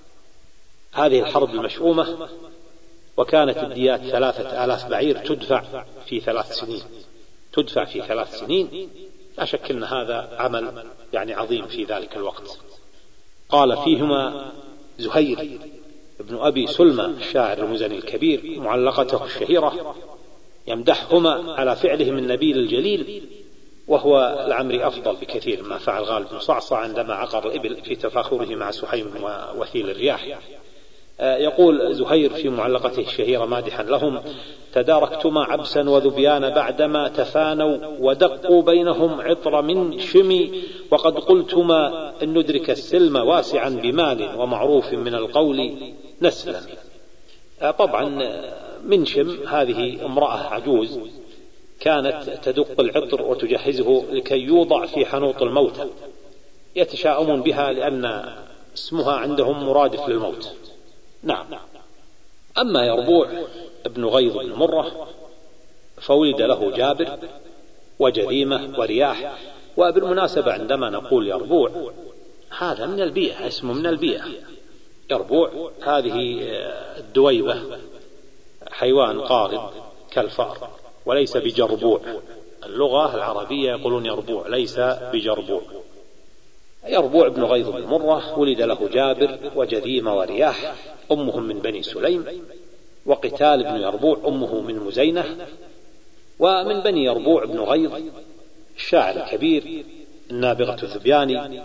هذه الحرب المشؤومة، وكانت الديات 3000 بعير تدفع في 3 سنين. تدفع في 3 سنين. لا شك أن هذا عمل عظيم في ذلك الوقت. قال فيهما زهير ابن أبي سلمى الشاعر المزني الكبير معلقته الشهيرة يمدحهما على فعلهم النبيل الجليل، وهو العمري أفضل بكثير ما فعل غالب بن صعصع عندما عقر الإبل في تفاخره مع سحيم ووثيل الرياح. يقول زهير في معلقته الشهيرة مادحا لهم: تداركتما عبسا وذبيان بعدما تفانوا ودقوا بينهم عطر من شمي، وقد قلتما أن ندرك السلم واسعا بمال ومعروف من القول نسلا. طبعا منشم هذه امرأة عجوز كانت تدق العطر وتجهزه لكي يوضع في حنوط الموتى، يتشاءمون بها لأن اسمها عندهم مرادف للموت. نعم. أما يربوع ابن غيظ بن مرة فولد له جابر وجريمة ورياح. وبالمناسبة عندما نقول يربوع هذا من البيئة، اسمه من البيئة. يربوع هذه الدويبة حيوان قارب كالفأر وليس بجربوع. اللغة العربية يقولون يربوع ليس بجربوع. يربوع بن غيظ بن مرة ولد له جابر وجذيمة ورياح أمهم من بني سليم، وقتال بن يربوع أمه من مزينة. ومن بني يربوع بن غيظ الشاعر الكبير النابغة الذبياني،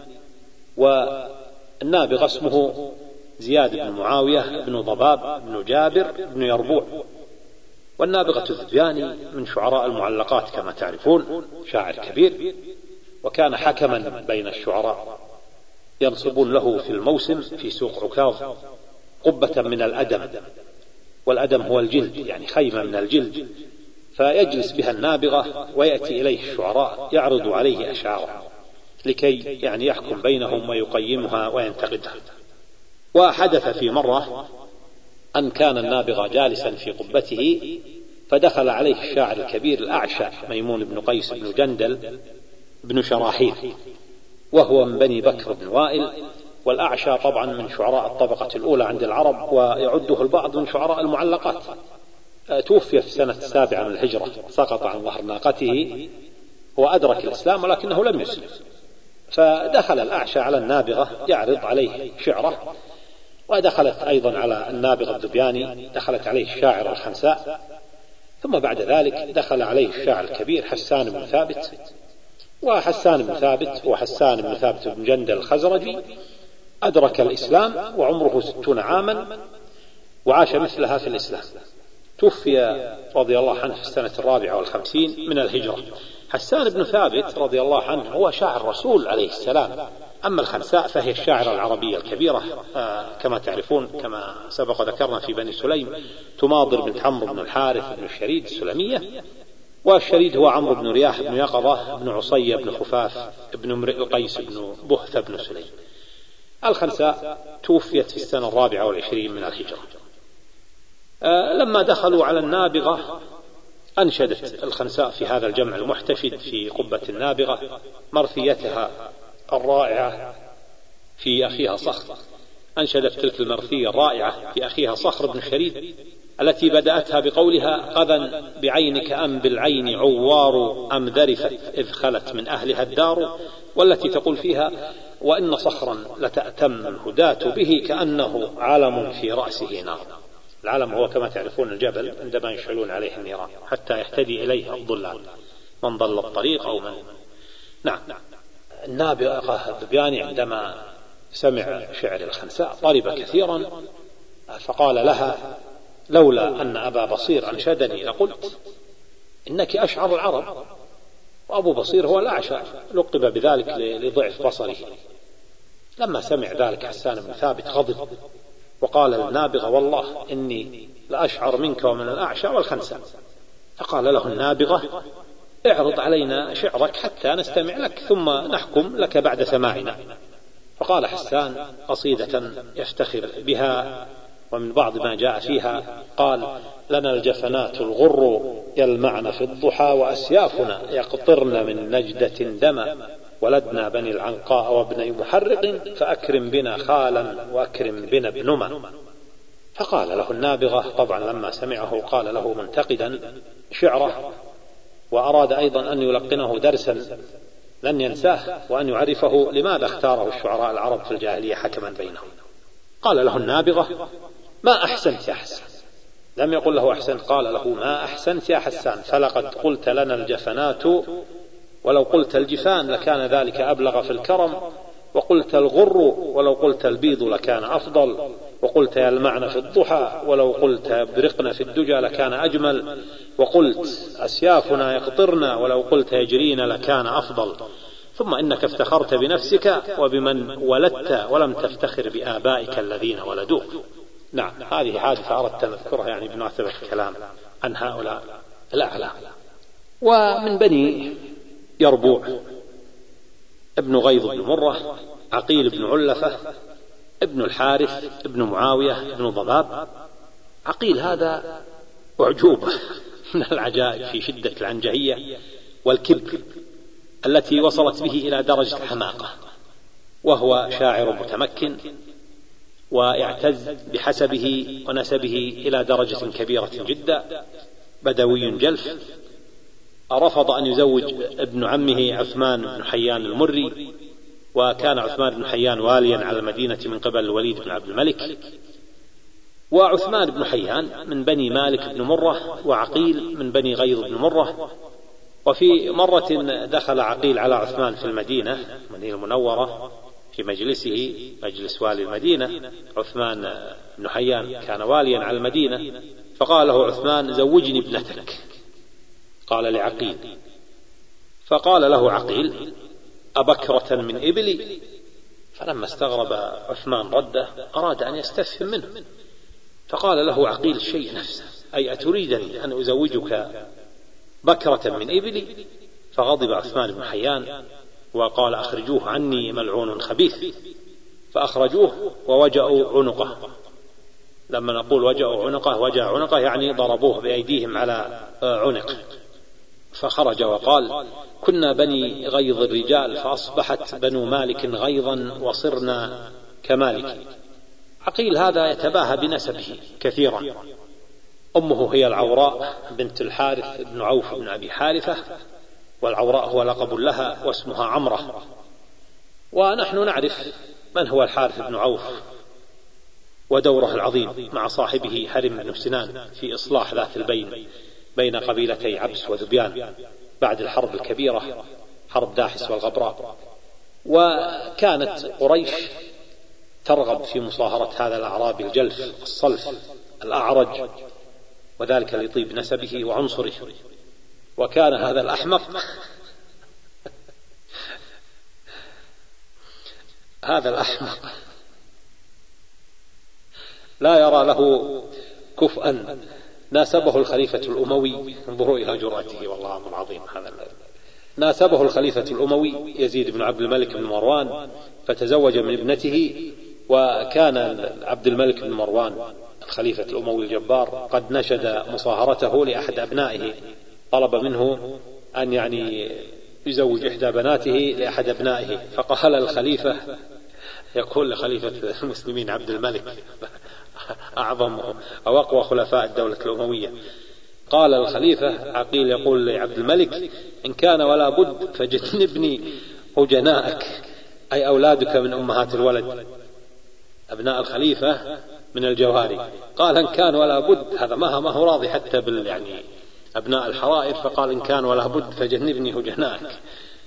والنابغة اسمه زياد بن معاوية بن ضباب بن جابر بن يربوع. والنابغة الذبياني من شعراء المعلقات كما تعرفون، شاعر كبير، وكان حكما بين الشعراء. ينصبون له في الموسم في سوق عكاظ قبة من الأدم، والأدم هو الجلد، يعني خيمة من الجلد، فيجلس بها النابغة ويأتي إليه الشعراء يعرض عليه أشعاره لكي يعني يحكم بينهم ويقيمها وينتقدها. وحدث في مرة أن كان النابغة جالسا في قبته، فدخل عليه الشاعر الكبير الأعشى ميمون بن قيس بن جندل بن شراحيل، وهو من بني بكر بن وائل. والأعشى طبعا من شعراء الطبقة الأولى عند العرب، ويعده البعض من شعراء المعلقات. توفي في سنة 7 من الهجرة، سقط عن ظهر ناقته. هو أدرك الإسلام ولكنه لم يسلم. فدخل الأعشى على النابغة يعرض عليه شعره، ودخلت أيضا على النابغة الذبياني دخلت عليه الشاعر الخنساء. ثم بعد ذلك دخل عليه الشاعر الكبير حسان بن ثابت. وحسان بن ثابت هو حسان بن ثابت بن جندل الخزرجي، أدرك الإسلام وعمره 60 عاما، وعاش مثلها في الإسلام. توفي رضي الله عنه في السنة 54 من الهجرة. حسان بن ثابت رضي الله عنه هو شاعر الرسول عليه السلام. أما الخنساء فهي الشاعرة العربية الكبيرة كما تعرفون، كما سبق ذكرنا في بني سليم، تماضر بنت عمرو بن الحارث بن الشريد السلمية. والشريد هو عمرو بن رياح بن يقظة بن عصية بن خفاف بن امرئ القيس بن بهث بن سليم. الخنساء توفيت في السنة 24 من الهجرة. لما دخلوا على النابغة أنشدت الخنساء في هذا الجمع المحتشد في قبة النابغة مرثيتها الرائعة في أخيها صخر. أنشدت تلك المرثية الرائعة في أخيها صخر بن شريد التي بدأتها بقولها: قذا بعينك أم بالعين عوار أم ذرفت إذ خلت من أهلها الدار، والتي تقول فيها: وإن صخرا لتأتم الهداة به كأنه علم في رأسه نار. العلم هو كما تعرفون الجبل عندما يشعلون عليه النيران حتى يهتدي إليه الضلال، من ضل الطريق أو من. نعم. النابغة الذبياني عندما سمع شعر الخنساء طرب كثيرا، فقال لها: لولا أن أبا بصير أنشدني لقلت إنك أشعر العرب. وأبو بصير هو الأعشى، لقب بذلك لضعف بصره. لما سمع ذلك حسان بن ثابت غضب وقال للنابغة: والله إني لأشعر منك ومن الأعشى والخنساء. فقال له النابغة: اعرض علينا شعرك حتى نستمع لك ثم نحكم لك بعد سماعنا. فقال حسان قصيدة يفتخر بها، ومن بعض ما جاء فيها قال: لنا الجفنات الغر يلمعن في الضحى، وأسيافنا يقطرن من نجدة دما، ولدنا بني العنقاء وابن محرق، فأكرم بنا خالا وأكرم بنا ابنما. فقال له النابغة، طبعا لما سمعه قال له منتقدا شعره، وأراد أيضا أن يلقنه درسا لن ينساه، وأن يعرفه لماذا اختاره الشعراء العرب في الجاهلية حكما بينهم. قال له النابغة: ما أحسنت يا حسان. لم يقل له أحسنت، قال له: ما أحسنت يا حسان، فلقد قلت لنا الجفنات، ولو قلت الجفان لكان ذلك أبلغ في الكرم، وقلت الغر ولو قلت البيض لكان أفضل، وقلت يلمعن في الضحى ولو قلت يبرقن في الدجى لكان أجمل، وقلت أسيافنا يقطرنا ولو قلت يجرين لكان أفضل. ثم إنك افتخرت بنفسك وبمن ولدت ولم تفتخر بآبائك الذين ولدوك. نعم، هذه حادثة أردت أن أذكرها يعني بمناسبة الكلام عن هؤلاء الأعلام. ومن بني يربوع ابن غيظ بن مرة عقيل بن علفة ابن الحارث ابن معاوية ابن ضباب. عقيل هذا أعجوبة من العجائب في شدة العنجهية والكبر. التي وصلت به إلى درجة الحماقة، وهو شاعر متمكن ويعتز بحسبه ونسبه إلى درجة كبيرة جدا، بدوي جلف. رفض أن يزوج ابن عمه عثمان بن حيان المري، وكان عثمان بن حيان واليا على المدينة من قبل الوليد بن عبد الملك. وعثمان بن حيان من بني مالك بن مرة، وعقيل من بني غيظ بن مرة. وفي مرة دخل عقيل على عثمان في المدينة المنورة في مجلسه، مجلس والي المدينة. عثمان بن حيان كان واليا على المدينة، فقال له عثمان: زوجني ابنتك. قال لعقيل، فقال له عقيل: أبكرة من إبلي؟ فلما استغرب عثمان رده، أراد أن يستفهم منه، فقال له عقيل الشيء نفسه: أي أتريدني أن أزوجك بكرة من إبلي؟ فغضب عثمان بن حيان وقال: أخرجوه عني ملعون خبيث. فأخرجوه ووجأوا عنقه. لما نقول وجأوا عنقه، وجأ عنقه يعني ضربوه بأيديهم على عنقه. فخرج وقال: كنا بني غيظ الرجال، فأصبحت بنو مالك غيظا وصرنا كمالك. عقيل هذا يتباهى بنسبه كثيرا. أمه هي العوراء بنت الحارث بن عوف بن أبي حارثة، والعوراء هو لقب لها، واسمها عمرة. ونحن نعرف من هو الحارث بن عوف ودوره العظيم مع صاحبه حرم بن سنان في إصلاح ذات البين بين قبيلتي عبس وذبيان بعد الحرب الكبيرة، حرب داحس والغبراء. وكانت قريش ترغب في مصاهرة هذا الأعرابي الجلف الصلف الأعرج، وذلك لطيب نسبه وعنصره. وكان هذا الأحمق هذا الأحمق لا يرى له كفءا ناسبه الخليفة الأموي. انظروا إلى جرأته، والله العظيم. هذا ناسبه الخليفة الأموي يزيد بن عبد الملك بن مروان، فتزوج من ابنته. وكان عبد الملك بن مروان الخليفة الأموي الجبار قد نشد مصاهرته لأحد أبنائه، طلب منه أن يزوج إحدى بناته لأحد أبنائه. فقال الخليفة، يقول لخليفة المسلمين عبد الملك أعظم أو أقوى خلفاء الدولة الأموية، قال الخليفة عقيل يقول لعبد الملك: إن كان ولا بد فجنبني هجناءك، أي أولادك من أمهات الولد، أبناء الخليفة من الجواري. قال: إن كان ولا بد، هذا ما هو راضي حتى أبناء الحرائر، فقال: إن كان ولا بد فجنبني هجناءك.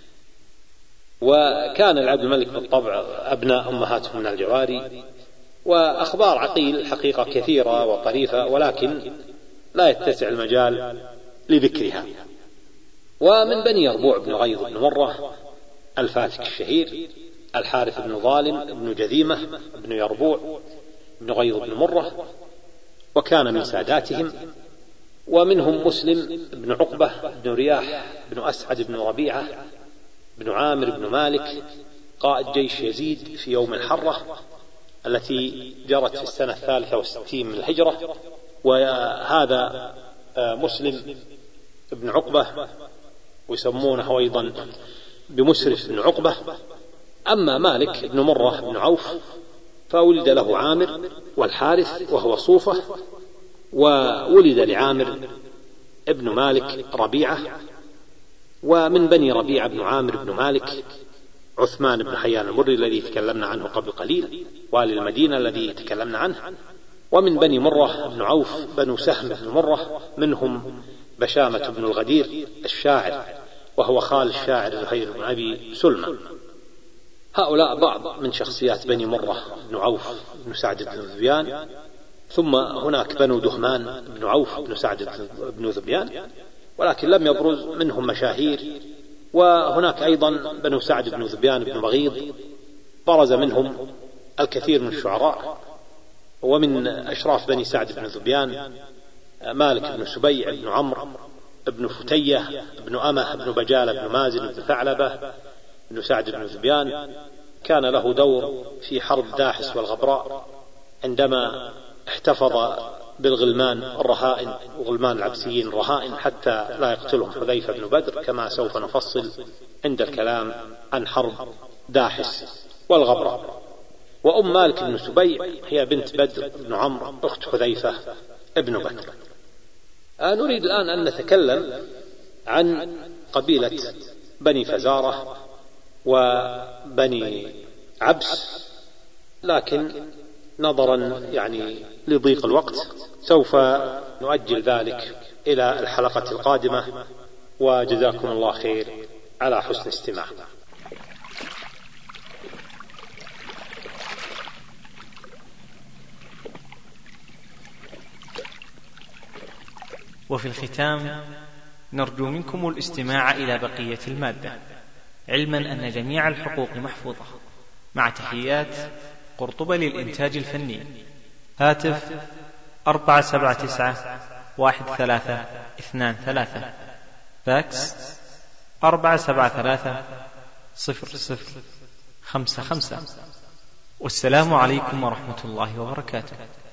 وكان العبد الملك بالطبع أبناء أمهاتهم من الجواري. وأخبار عقيل حقيقة كثيرة وطريفة، ولكن لا يتسع المجال لذكرها. ومن بني يربوع بن غيظ بن مرة الفاتك الشهير، الحارث بن ظالم بن جذيمة بن يربوع بن غيظ بن مرة، وكان من ساداتهم. ومنهم مسلم بن عقبة بن رياح بن أسعد بن ربيعة بن عامر بن مالك، قائد جيش يزيد في يوم الحرة التي جرت في السنة 63 من الهجرة. وهذا مسلم بن عقبة، ويسمونه أيضا بمسرف بن عقبة. أما مالك بن مرة بن عوف فولد له عامر والحارث وهو صوفة، وولد لعامر ابن مالك ربيعة. ومن بني ربيعة بن عامر بن مالك عثمان بن حيان المري الذي تكلمنا عنه قبل قليل، والي المدينة الذي تكلمنا عنه. ومن بني مرة بن عوف بنو سهم بن مرة، منهم بشامة بن الغدير الشاعر، وهو خال الشاعر زهير بن أبي سلمى. هؤلاء بعض من شخصيات بني مرة بن عوف بن سعد بن ذبيان. ثم هناك بنو دهمان بن عوف بن سعد بن ذبيان، ولكن لم يبرز منهم مشاهير. وهناك أيضا بنو سعد بن ذبيان بن بغيض، برز منهم الكثير من الشعراء. ومن أشراف بني سعد بن ذبيان مالك بن سبيع بن عمرو بن فتية بن أمه بن بجالة بن مازن بن ثعلبة بن سعد بن ذبيان، كان له دور في حرب داحس والغبراء عندما احتفظ بالغلمان الرهائن وغلمان العبسيين الرهائن حتى لا يقتلهم حذيفة بن بدر، كما سوف نفصل عند الكلام عن حرب داحس والغبراء. وأم مالك بن سبيع هي بنت بدر بن عمرو أخت حذيفة بن بدر. نريد الآن أن نتكلم عن قبيلة بني فزارة وبني عبس، لكن نظرا لضيق الوقت سوف نؤجل ذلك إلى الحلقة القادمة، وجزاكم الله خير على حسن استماع. وفي الختام نرجو منكم الاستماع إلى بقية المادة، علما أن جميع الحقوق محفوظة، مع تحيات قرطبة للإنتاج الفني. هاتف 479-1323، فاكس 473-0055. والسلام عليكم ورحمة الله وبركاته.